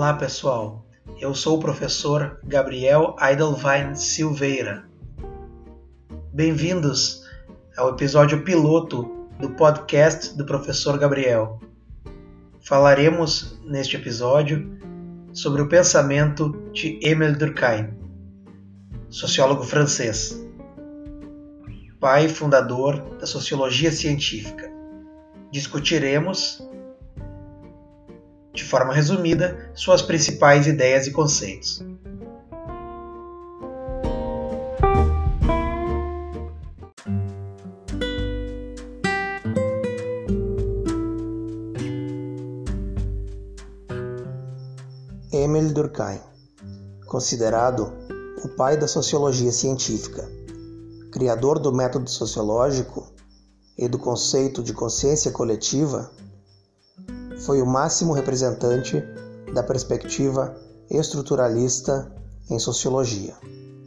Olá pessoal, eu sou o professor Gabriel Eidelwein Silveira. Bem-vindos ao episódio piloto do podcast do professor Gabriel. Falaremos neste episódio sobre o pensamento de Émile Durkheim, sociólogo francês, pai fundador da sociologia científica. Discutiremos, de forma resumida, suas principais ideias e conceitos. Émile Durkheim, considerado o pai da sociologia científica, criador do método sociológico e do conceito de consciência coletiva, foi o máximo representante da perspectiva estruturalista em sociologia.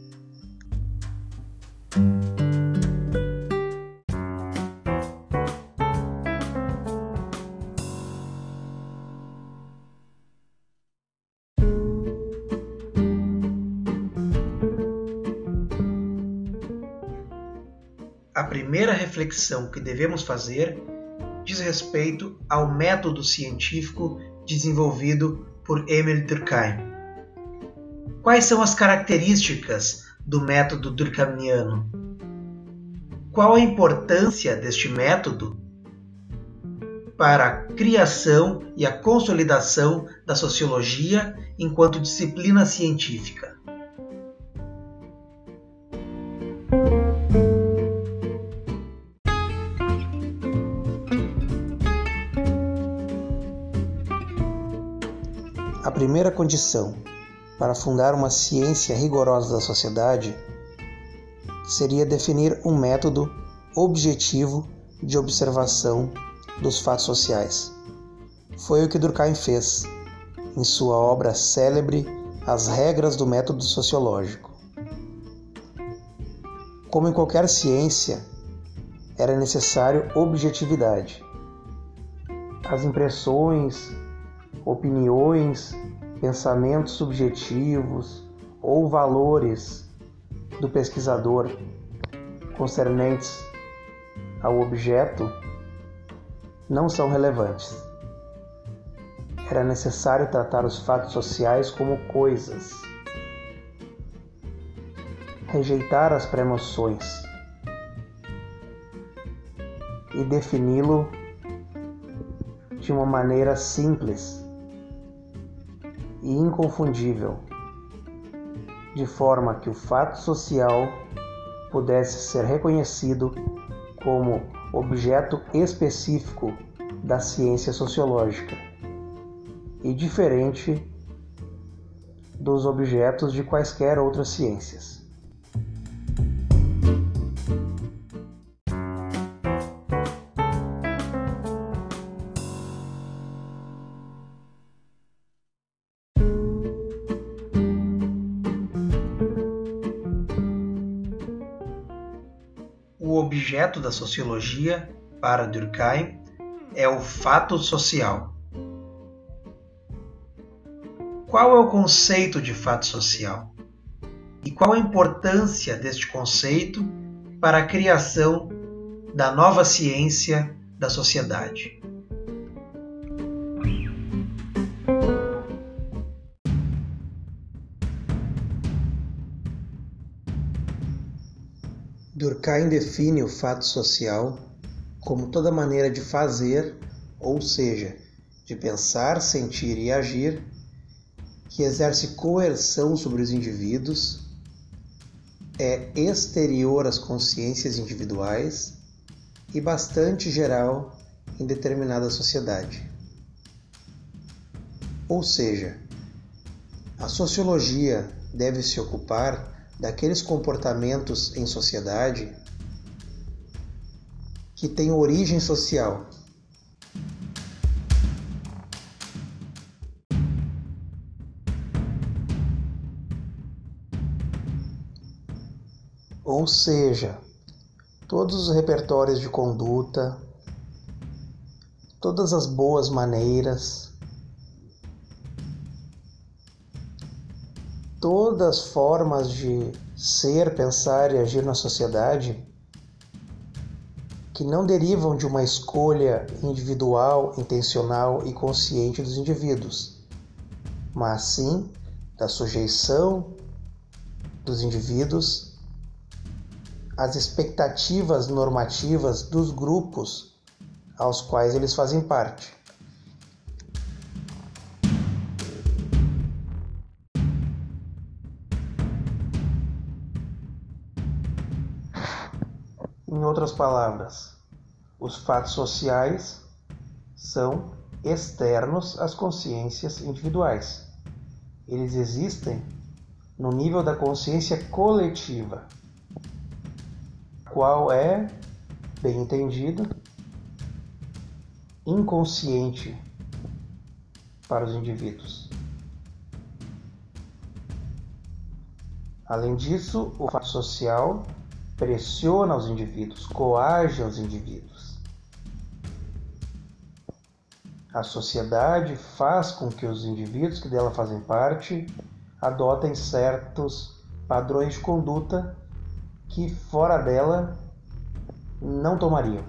A primeira reflexão que devemos fazer diz respeito ao método científico desenvolvido por Émile Durkheim. Quais são as características do método durkheimiano? Qual a importância deste método para a criação e a consolidação da sociologia enquanto disciplina científica? A primeira condição para fundar uma ciência rigorosa da sociedade seria definir um método objetivo de observação dos fatos sociais. Foi o que Durkheim fez em sua obra célebre As Regras do Método Sociológico. Como em qualquer ciência, era necessário objetividade. As impressões, opiniões, pensamentos subjetivos ou valores do pesquisador concernentes ao objeto não são relevantes. Era necessário tratar os fatos sociais como coisas, rejeitar as pré-noções e defini-lo de uma maneira simples e inconfundível, de forma que o fato social pudesse ser reconhecido como objeto específico da ciência sociológica e diferente dos objetos de quaisquer outras ciências. O objeto da sociologia, para Durkheim, é o fato social. Qual é o conceito de fato social? E qual a importância deste conceito para a criação da nova ciência da sociedade? Durkheim define o fato social como toda maneira de fazer, ou seja, de pensar, sentir e agir, que exerce coerção sobre os indivíduos, é exterior às consciências individuais e bastante geral em determinada sociedade. Ou seja, a sociologia deve se ocupar daqueles comportamentos em sociedade que têm origem social. Ou seja, todos os repertórios de conduta, todas as boas maneiras, todas as formas de ser, pensar e agir na sociedade que não derivam de uma escolha individual, intencional e consciente dos indivíduos, mas sim da sujeição dos indivíduos às expectativas normativas dos grupos aos quais eles fazem parte. Em outras palavras, os fatos sociais são externos às consciências individuais. Eles existem no nível da consciência coletiva, qual é, bem entendido, inconsciente para os indivíduos. Além disso, o fato social pressiona os indivíduos, coage os indivíduos. A sociedade faz com que os indivíduos que dela fazem parte adotem certos padrões de conduta que fora dela não tomariam.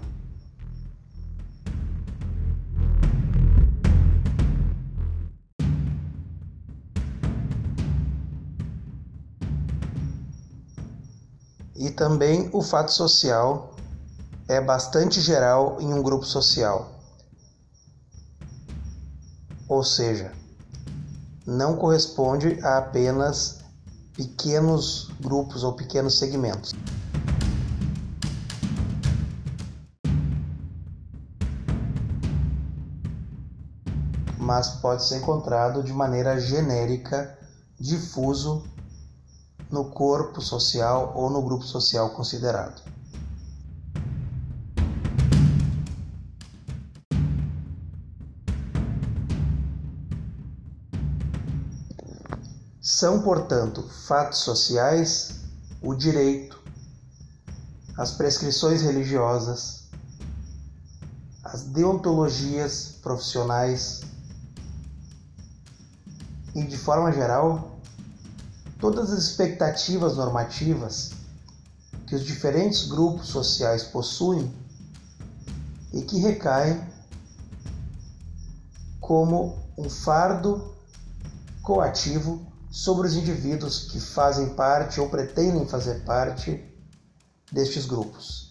E também o fato social é bastante geral em um grupo social. Ou seja, não corresponde a apenas pequenos grupos ou pequenos segmentos. Mas pode ser encontrado de maneira genérica, difuso, no corpo social ou no grupo social considerado. São, portanto, fatos sociais o direito, as prescrições religiosas, as deontologias profissionais e, de forma geral, todas as expectativas normativas que os diferentes grupos sociais possuem e que recaem como um fardo coativo sobre os indivíduos que fazem parte ou pretendem fazer parte destes grupos.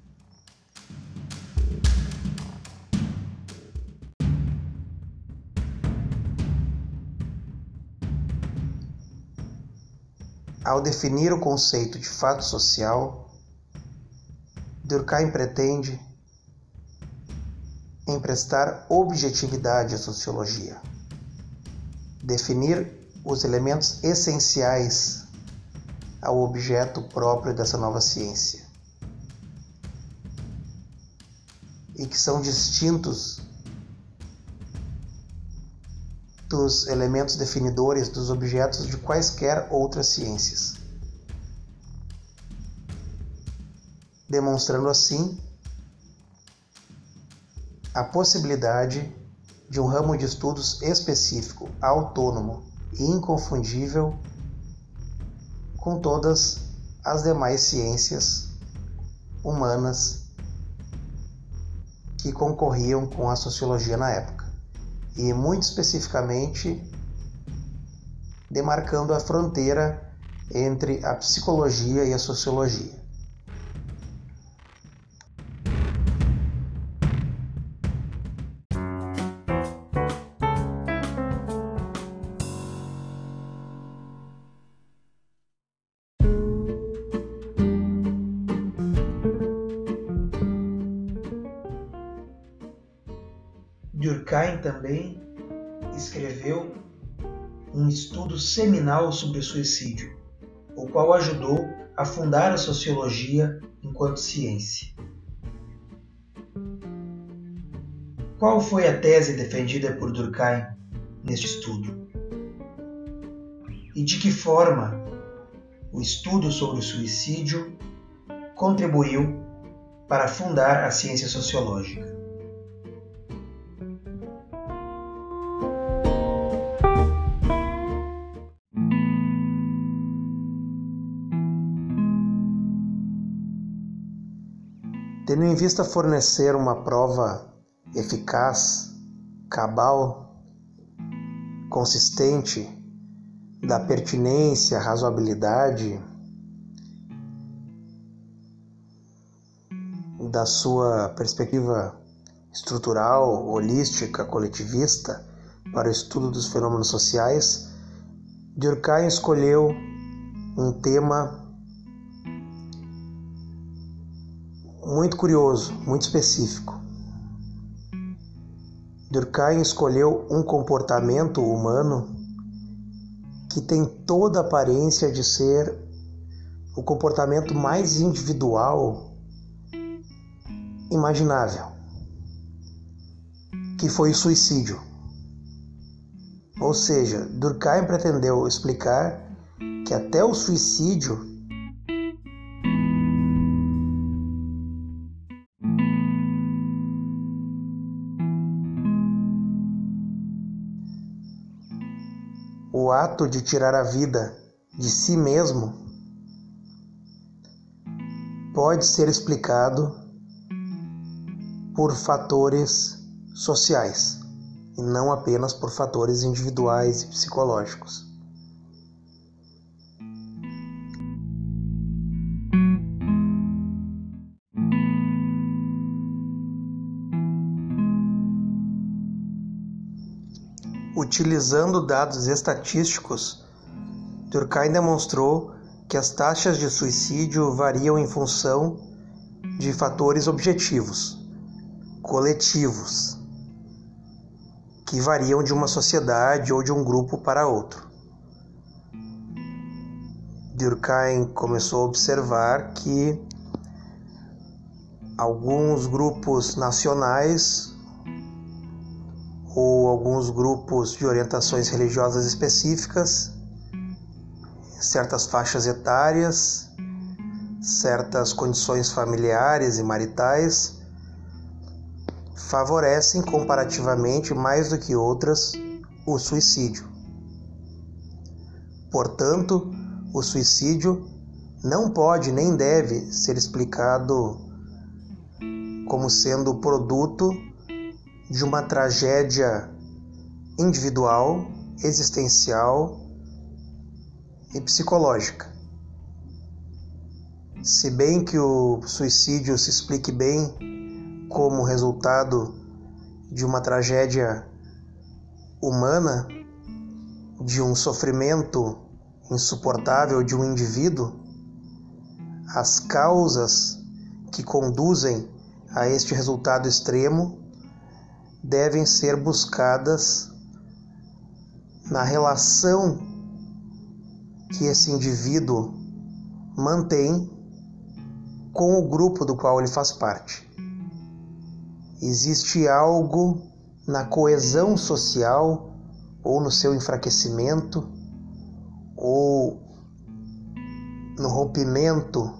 Ao definir o conceito de fato social, Durkheim pretende emprestar objetividade à sociologia, definir os elementos essenciais ao objeto próprio dessa nova ciência, e que são distintos dos elementos definidores dos objetos de quaisquer outras ciências, demonstrando assim a possibilidade de um ramo de estudos específico, autônomo e inconfundível com todas as demais ciências humanas que concorriam com a sociologia na época, e muito especificamente demarcando a fronteira entre a psicologia e a sociologia. Durkheim também escreveu um estudo seminal sobre o suicídio, o qual ajudou a fundar a sociologia enquanto ciência. Qual foi a tese defendida por Durkheim neste estudo? E de que forma o estudo sobre o suicídio contribuiu para fundar a ciência sociológica? Tendo em vista fornecer uma prova eficaz, cabal, consistente da pertinência, razoabilidade da sua perspectiva estrutural, holística, coletivista para o estudo dos fenômenos sociais, Durkheim escolheu um tema muito curioso, muito específico. Durkheim escolheu um comportamento humano que tem toda a aparência de ser o comportamento mais individual imaginável, que foi o suicídio. Ou seja, Durkheim pretendeu explicar que até o suicídio o ato de tirar a vida de si mesmo pode ser explicado por fatores sociais e não apenas por fatores individuais e psicológicos. Utilizando dados estatísticos, Durkheim demonstrou que as taxas de suicídio variam em função de fatores objetivos, coletivos, que variam de uma sociedade ou de um grupo para outro. Durkheim começou a observar que alguns grupos nacionais ou alguns grupos de orientações religiosas específicas, certas faixas etárias, certas condições familiares e maritais, favorecem comparativamente mais do que outras o suicídio. Portanto, o suicídio não pode nem deve ser explicado como sendo produto de uma tragédia individual, existencial e psicológica. Se bem que o suicídio se explique bem como resultado de uma tragédia humana, de um sofrimento insuportável de um indivíduo, as causas que conduzem a este resultado extremo devem ser buscadas na relação que esse indivíduo mantém com o grupo do qual ele faz parte. Existe algo na coesão social ou no seu enfraquecimento ou no rompimento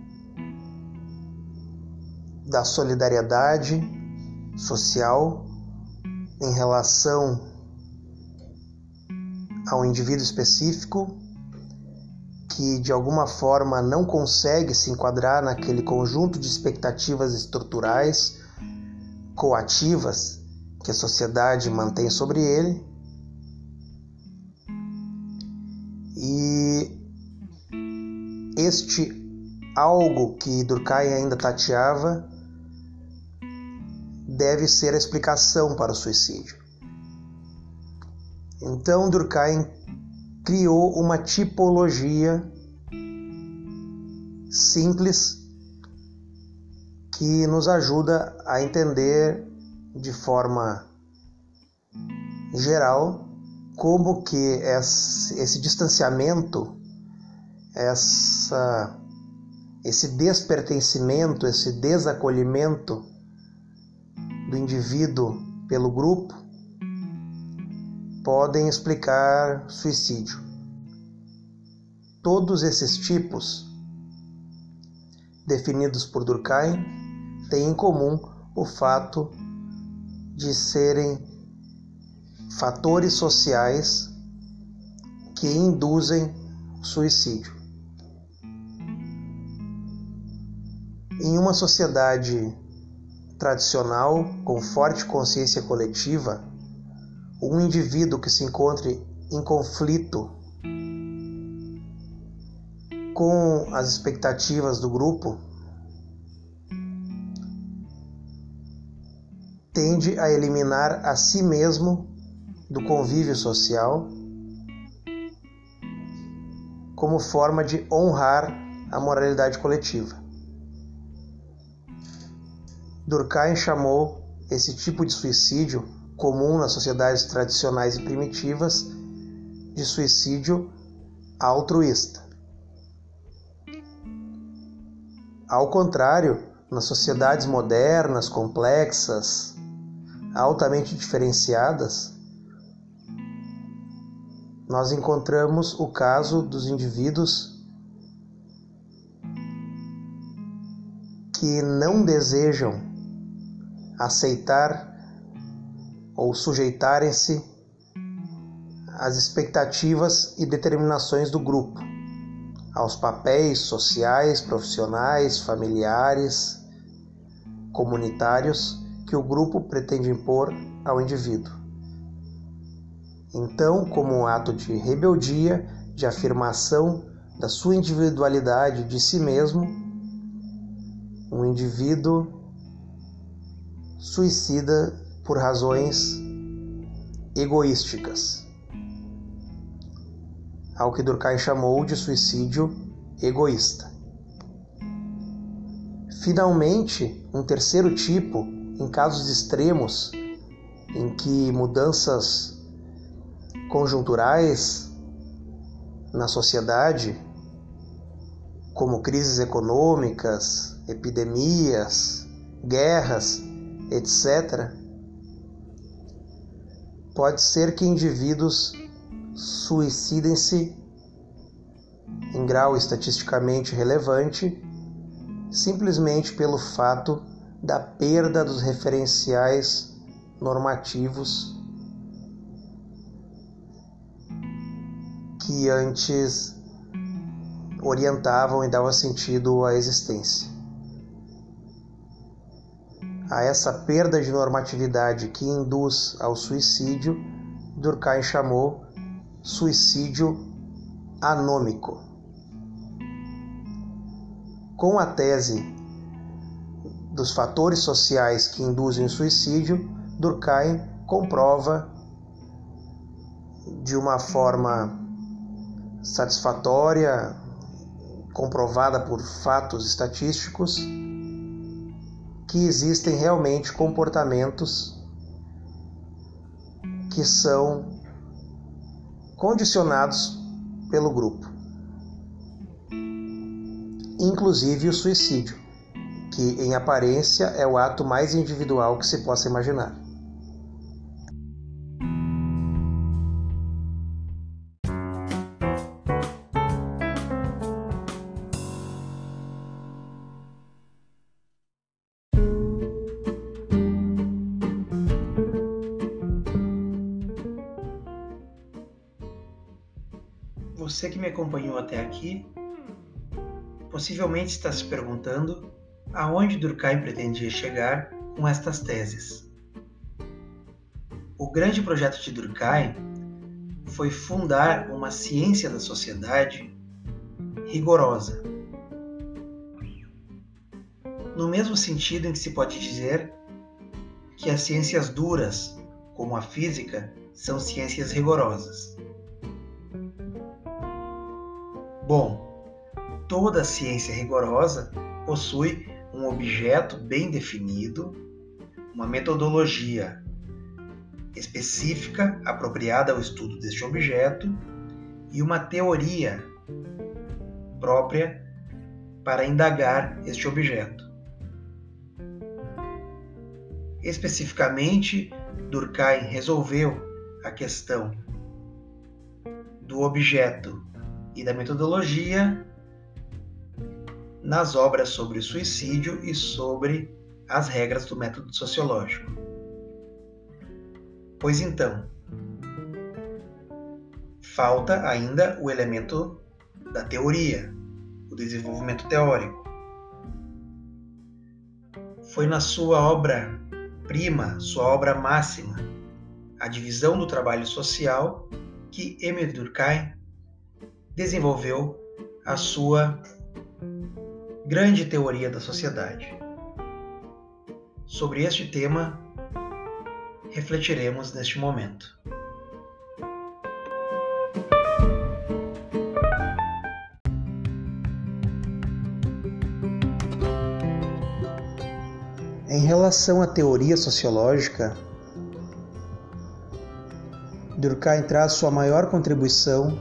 da solidariedade social em relação ao indivíduo específico que de alguma forma não consegue se enquadrar naquele conjunto de expectativas estruturais coativas que a sociedade mantém sobre ele, e este algo que Durkheim ainda tateava deve ser a explicação para o suicídio. Então Durkheim criou uma tipologia simples que nos ajuda a entender de forma geral como que esse distanciamento, esse despertencimento, esse desacolhimento do indivíduo pelo grupo podem explicar suicídio. Todos esses tipos, definidos por Durkheim, têm em comum o fato de serem fatores sociais que induzem o suicídio. Em uma sociedade tradicional, com forte consciência coletiva, um indivíduo que se encontre em conflito com as expectativas do grupo tende a eliminar a si mesmo do convívio social como forma de honrar a moralidade coletiva. Durkheim chamou esse tipo de suicídio, comum nas sociedades tradicionais e primitivas, de suicídio altruísta. Ao contrário, nas sociedades modernas, complexas, altamente diferenciadas, nós encontramos o caso dos indivíduos que não desejam aceitar ou sujeitarem-se às expectativas e determinações do grupo, aos papéis sociais, profissionais, familiares, comunitários que o grupo pretende impor ao indivíduo. Então, como um ato de rebeldia, de afirmação da sua individualidade de si mesmo, um indivíduo suicida por razões egoísticas, ao que Durkheim chamou de suicídio egoísta. Finalmente, um terceiro tipo, em casos extremos, em que mudanças conjunturais na sociedade, como crises econômicas, epidemias, guerras, etc., pode ser que indivíduos suicidem-se em grau estatisticamente relevante simplesmente pelo fato da perda dos referenciais normativos que antes orientavam e davam sentido à existência. A essa perda de normatividade que induz ao suicídio, Durkheim chamou suicídio anômico. Com a tese dos fatores sociais que induzem o suicídio, Durkheim comprova de uma forma satisfatória, comprovada por fatos estatísticos, que existem realmente comportamentos que são condicionados pelo grupo, inclusive o suicídio, que em aparência é o ato mais individual que se possa imaginar. Você que me acompanhou até aqui, possivelmente está se perguntando aonde Durkheim pretendia chegar com estas teses. O grande projeto de Durkheim foi fundar uma ciência da sociedade rigorosa, no mesmo sentido em que se pode dizer que as ciências duras, como a física, são ciências rigorosas. Bom, toda ciência rigorosa possui um objeto bem definido, uma metodologia específica apropriada ao estudo deste objeto e uma teoria própria para indagar este objeto. Especificamente, Durkheim resolveu a questão do objeto e da metodologia nas obras sobre o suicídio e sobre as regras do método sociológico. Pois então, falta ainda o elemento da teoria, o desenvolvimento teórico. Foi na sua obra-prima, sua obra máxima, A Divisão do Trabalho Social, que Émile Durkheim desenvolveu a sua grande teoria da sociedade. Sobre este tema, refletiremos neste momento. Em relação à teoria sociológica, Durkheim traz sua maior contribuição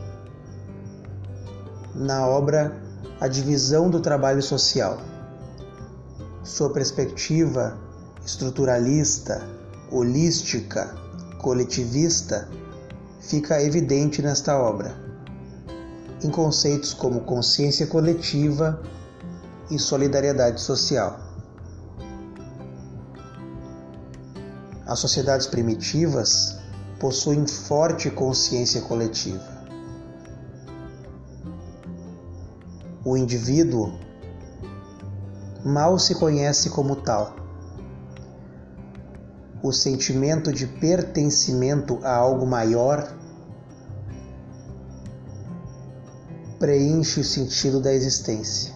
na obra A Divisão do Trabalho Social. Sua perspectiva estruturalista, holística, coletivista fica evidente nesta obra, em conceitos como consciência coletiva e solidariedade social. As sociedades primitivas possuem forte consciência coletiva. O indivíduo mal se conhece como tal. O sentimento de pertencimento a algo maior preenche o sentido da existência.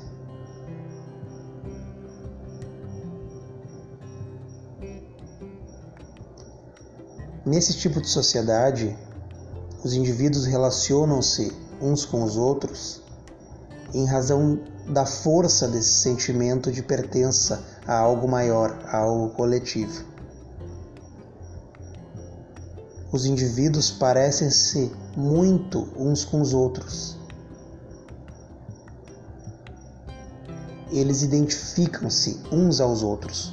Nesse tipo de sociedade, os indivíduos relacionam-se uns com os outros em razão da força desse sentimento de pertença a algo maior, a algo coletivo. Os indivíduos parecem-se muito uns com os outros. Eles identificam-se uns aos outros.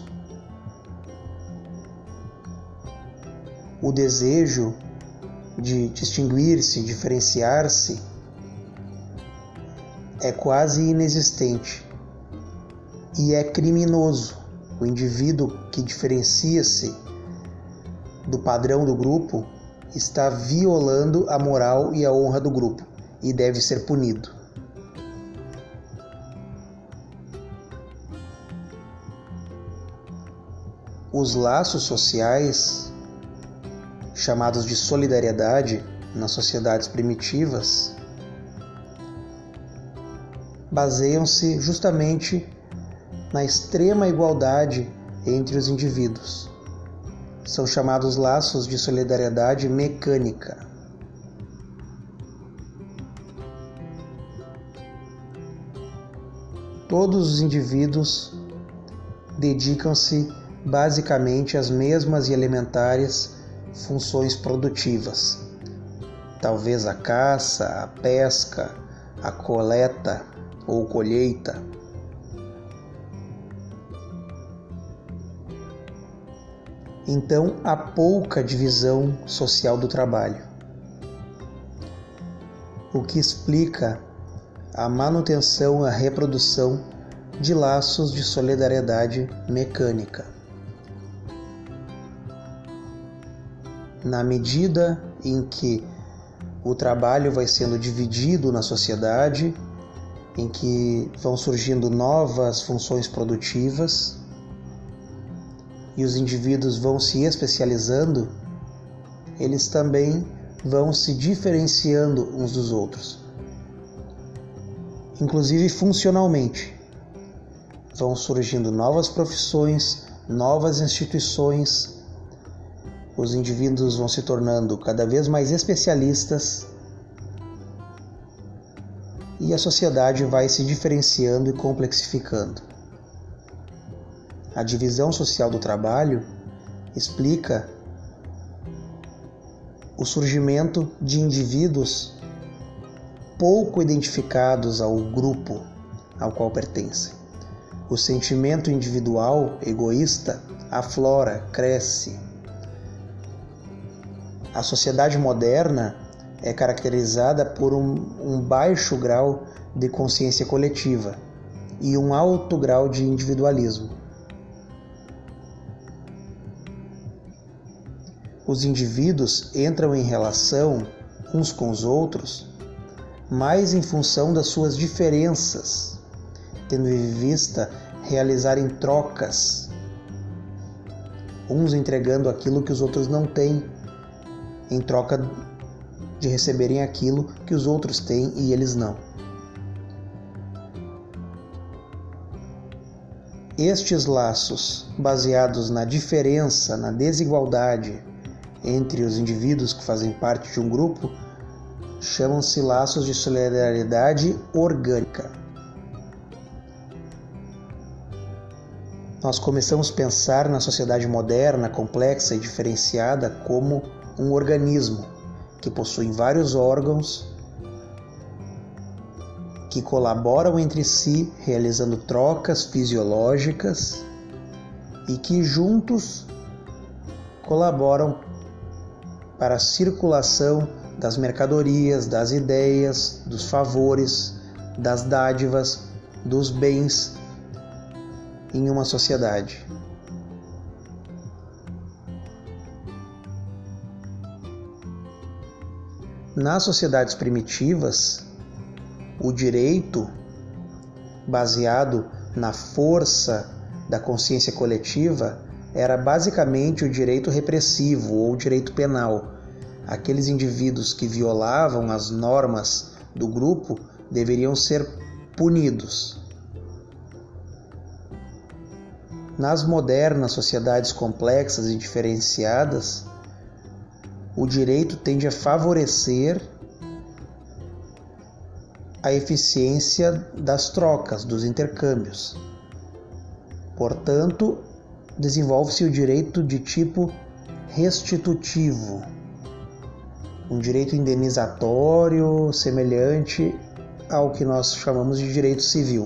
O desejo de distinguir-se, diferenciar-se, é quase inexistente e é criminoso. O indivíduo que diferencia-se do padrão do grupo está violando a moral e a honra do grupo e deve ser punido. Os laços sociais, chamados de solidariedade nas sociedades primitivas, baseiam-se justamente na extrema igualdade entre os indivíduos. São chamados laços de solidariedade mecânica. Todos os indivíduos dedicam-se basicamente às mesmas e elementares funções produtivas. Talvez a caça, a pesca, a coleta ou colheita. Então, há pouca divisão social do trabalho, o que explica a manutenção e a reprodução de laços de solidariedade mecânica. Na medida em que o trabalho vai sendo dividido na sociedade, em que vão surgindo novas funções produtivas e os indivíduos vão se especializando, eles também vão se diferenciando uns dos outros, inclusive funcionalmente. Vão surgindo novas profissões, novas instituições, os indivíduos vão se tornando cada vez mais especialistas e a sociedade vai se diferenciando e complexificando. A divisão social do trabalho explica o surgimento de indivíduos pouco identificados ao grupo ao qual pertencem. O sentimento individual, egoísta, aflora, cresce. A sociedade moderna é caracterizada por um baixo grau de consciência coletiva e um alto grau de individualismo. Os indivíduos entram em relação uns com os outros mais em função das suas diferenças, tendo em vista realizarem trocas uns entregando aquilo que os outros não têm, em troca de receberem aquilo que os outros têm e eles não. Estes laços, baseados na diferença, na desigualdade entre os indivíduos que fazem parte de um grupo, chamam-se laços de solidariedade orgânica. Nós começamos a pensar na sociedade moderna, complexa e diferenciada como um organismo que possui vários órgãos que colaboram entre si, realizando trocas fisiológicas e que juntos colaboram para a circulação das mercadorias, das ideias, dos favores, das dádivas, dos bens em uma sociedade. Nas sociedades primitivas, o direito, baseado na força da consciência coletiva, era basicamente o direito repressivo ou direito penal. Aqueles indivíduos que violavam as normas do grupo deveriam ser punidos. Nas modernas sociedades complexas e diferenciadas, o direito tende a favorecer a eficiência das trocas, dos intercâmbios. Portanto, desenvolve-se o direito de tipo restitutivo, um direito indenizatório semelhante ao que nós chamamos de direito civil.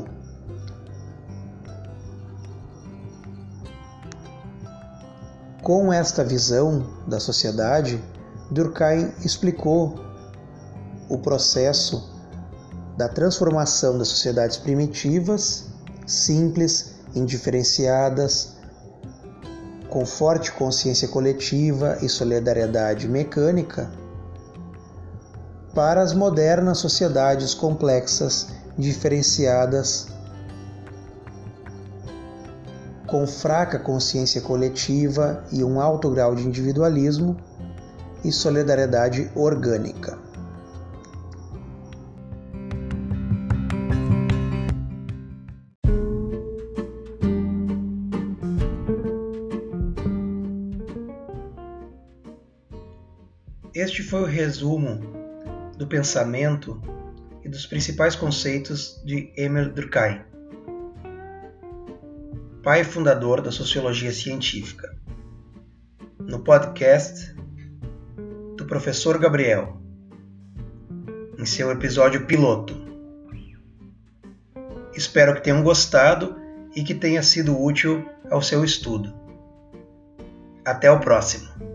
Com esta visão da sociedade, Durkheim explicou o processo da transformação das sociedades primitivas, simples, indiferenciadas, com forte consciência coletiva e solidariedade mecânica, para as modernas sociedades complexas, diferenciadas, com fraca consciência coletiva e um alto grau de individualismo e solidariedade orgânica. Este foi o resumo do pensamento e dos principais conceitos de Emile Durkheim, pai fundador da sociologia científica, no podcast do professor Gabriel, em seu episódio piloto. Espero que tenham gostado e que tenha sido útil ao seu estudo. Até o próximo!